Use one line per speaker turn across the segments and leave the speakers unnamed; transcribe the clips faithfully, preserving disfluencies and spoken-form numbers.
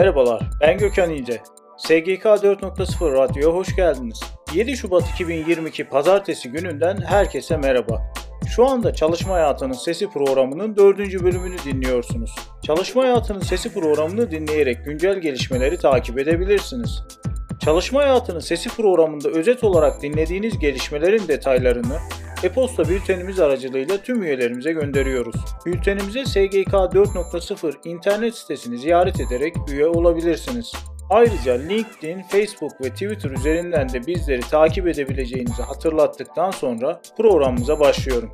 Merhabalar, ben Gökhan İnce. S G K dört nokta sıfır Radyo'ya hoş geldiniz. yedi Şubat iki bin yirmi iki Pazartesi gününden herkese merhaba. Şu anda Çalışma Hayatının Sesi programının dördüncü bölümünü dinliyorsunuz. Çalışma Hayatının Sesi programını dinleyerek güncel gelişmeleri takip edebilirsiniz. Çalışma Hayatının Sesi programında özet olarak dinlediğiniz gelişmelerin detaylarını e-posta bültenimiz aracılığıyla tüm üyelerimize gönderiyoruz. Bültenimize S G K dört nokta sıfır internet sitesini ziyaret ederek üye olabilirsiniz. Ayrıca LinkedIn, Facebook ve Twitter üzerinden de bizleri takip edebileceğinizi hatırlattıktan sonra programımıza başlıyorum.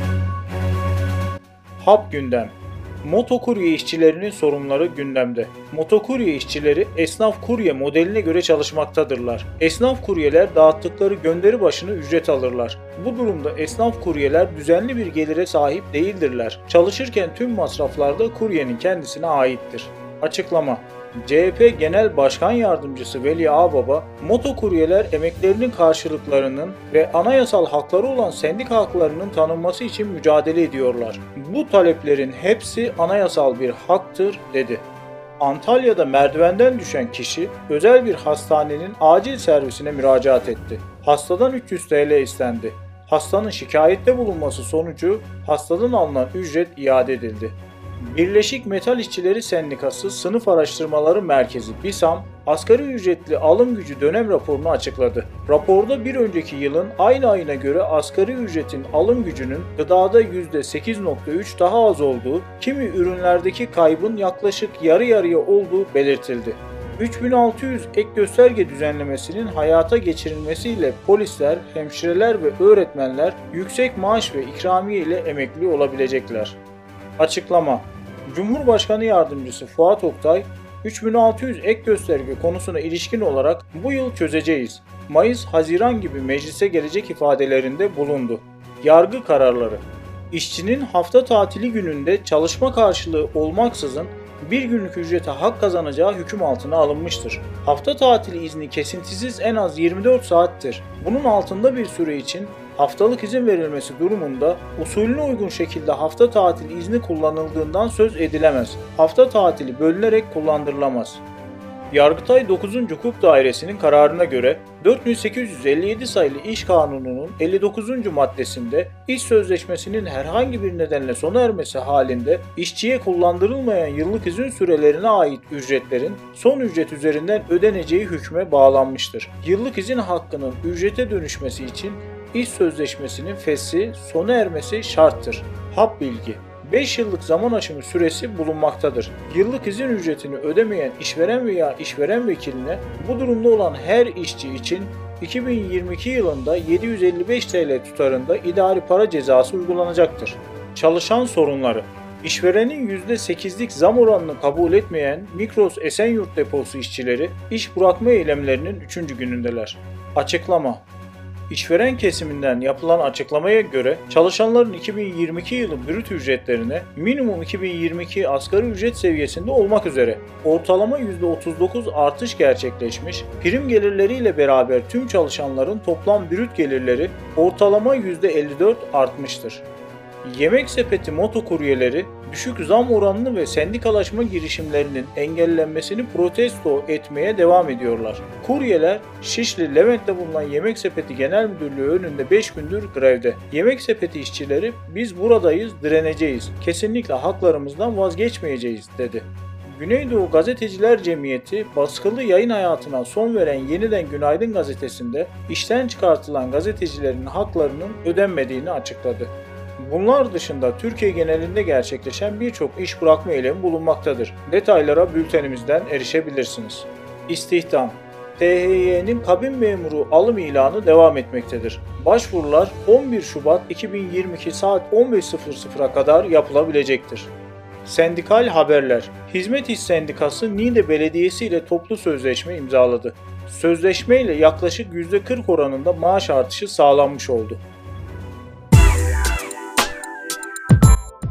Hap gündem. Motokurye işçilerinin sorunları gündemde. Motokurye işçileri esnaf kurye modeline göre çalışmaktadırlar. Esnaf kuryeler dağıttıkları gönderi başına ücret alırlar. Bu durumda esnaf kuryeler düzenli bir gelire sahip değildirler. Çalışırken tüm masraflar da kuryenin kendisine aittir. Açıklama. C H P Genel Başkan Yardımcısı Veli Ağbaba, motokuryeler emeklerinin karşılıklarının ve anayasal hakları olan sendika haklarının tanınması için mücadele ediyorlar. Bu taleplerin hepsi anayasal bir haktır, dedi. Antalya'da merdivenden düşen kişi özel bir hastanenin acil servisine müracaat etti. Hastadan üç yüz TL istendi. Hastanın şikayette bulunması sonucu hastadan alınan ücret iade edildi. Birleşik Metal İşçileri Sendikası Sınıf Araştırmaları Merkezi BİSAM, asgari ücretli alım gücü dönem raporunu açıkladı. Raporda bir önceki yılın aynı ayına göre asgari ücretin alım gücünün gıdada yüzde sekiz nokta üç daha az olduğu, kimi ürünlerdeki kaybın yaklaşık yarı yarıya olduğu belirtildi. üç bin altı yüz ek gösterge düzenlemesinin hayata geçirilmesiyle polisler, hemşireler ve öğretmenler yüksek maaş ve ikramiye ile emekli olabilecekler. Açıklama. Cumhurbaşkanı Yardımcısı Fuat Oktay, üç bin altı yüz ek gösterge konusuna ilişkin olarak bu yıl çözeceğiz, Mayıs-Haziran gibi meclise gelecek ifadelerinde bulundu. Yargı kararları. İşçinin hafta tatili gününde çalışma karşılığı olmaksızın bir günlük ücrete hak kazanacağı hüküm altına alınmıştır. Hafta tatili izni kesintisiz en az yirmi dört saattir. Bunun altında bir süre için haftalık izin verilmesi durumunda usulüne uygun şekilde hafta tatili izni kullanıldığından söz edilemez. Hafta tatili bölünerek kullandırılamaz. Yargıtay dokuzuncu Hukuk Dairesi'nin kararına göre dört bin sekiz yüz elli yedi sayılı İş Kanunu'nun elli dokuzuncu maddesinde iş sözleşmesinin herhangi bir nedenle sona ermesi halinde işçiye kullandırılmayan yıllık izin sürelerine ait ücretlerin son ücret üzerinden ödeneceği hükme bağlanmıştır. Yıllık izin hakkının ücrete dönüşmesi için İş sözleşmesinin fesli sona ermesi şarttır. Hap bilgi. beş yıllık zaman aşımı süresi bulunmaktadır. Yıllık izin ücretini ödemeyen işveren veya işveren vekiline bu durumda olan her işçi için iki bin yirmi iki yılında yedi yüz elli beş TL tutarında idari para cezası uygulanacaktır. Çalışan sorunları. İşverenin yüzde sekizlik zam oranını kabul etmeyen Migros Esenyurt deposu işçileri iş bırakma eylemlerinin üçüncü günündeler. Açıklama. İşveren kesiminden yapılan açıklamaya göre çalışanların iki bin yirmi iki yılı brüt ücretlerine minimum iki bin yirmi iki asgari ücret seviyesinde olmak üzere ortalama yüzde otuz dokuz artış gerçekleşmiş, prim gelirleriyle beraber tüm çalışanların toplam brüt gelirleri ortalama yüzde elli dört artmıştır. Yemek sepeti motokuryeleri düşük zam oranını ve sendikalaşma girişimlerinin engellenmesini protesto etmeye devam ediyorlar. Kuryeler Şişli Levent'te bulunan Yemek Sepeti Genel Müdürlüğü önünde beş gündür grevde. Yemek sepeti işçileri biz buradayız, direneceğiz, kesinlikle haklarımızdan vazgeçmeyeceğiz dedi. Güneydoğu Gazeteciler Cemiyeti baskılı yayın hayatına son veren Yeniden Günaydın gazetesinde işten çıkartılan gazetecilerin haklarının ödenmediğini açıkladı. Bunlar dışında Türkiye genelinde gerçekleşen birçok iş bırakma eylemi bulunmaktadır. Detaylara bültenimizden erişebilirsiniz. İstihdam. T H Y'nin kabin memuru alım ilanı devam etmektedir. Başvurular on bir Şubat iki bin yirmi iki saat on beş sıfır sıfıra kadar yapılabilecektir. Sendikal haberler. Hizmet İş Sendikası Niğde Belediyesi ile toplu sözleşme imzaladı. Sözleşme ile yaklaşık yüzde kırk oranında maaş artışı sağlanmış oldu.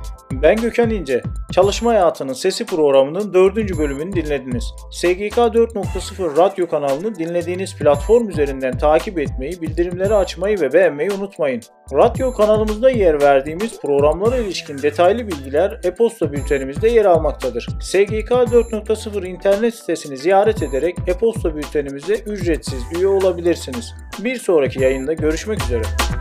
Ben Gökhan İnce. Çalışma Hayatının Sesi programının dördüncü bölümünü dinlediniz. S G K dört nokta sıfır radyo kanalını dinlediğiniz platform üzerinden takip etmeyi, bildirimleri açmayı ve beğenmeyi unutmayın. Radyo kanalımızda yer verdiğimiz programlara ilişkin detaylı bilgiler e-posta bültenimizde yer almaktadır. S G K dört nokta sıfır internet sitesini ziyaret ederek e-posta bültenimize ücretsiz üye olabilirsiniz. Bir sonraki yayında görüşmek üzere.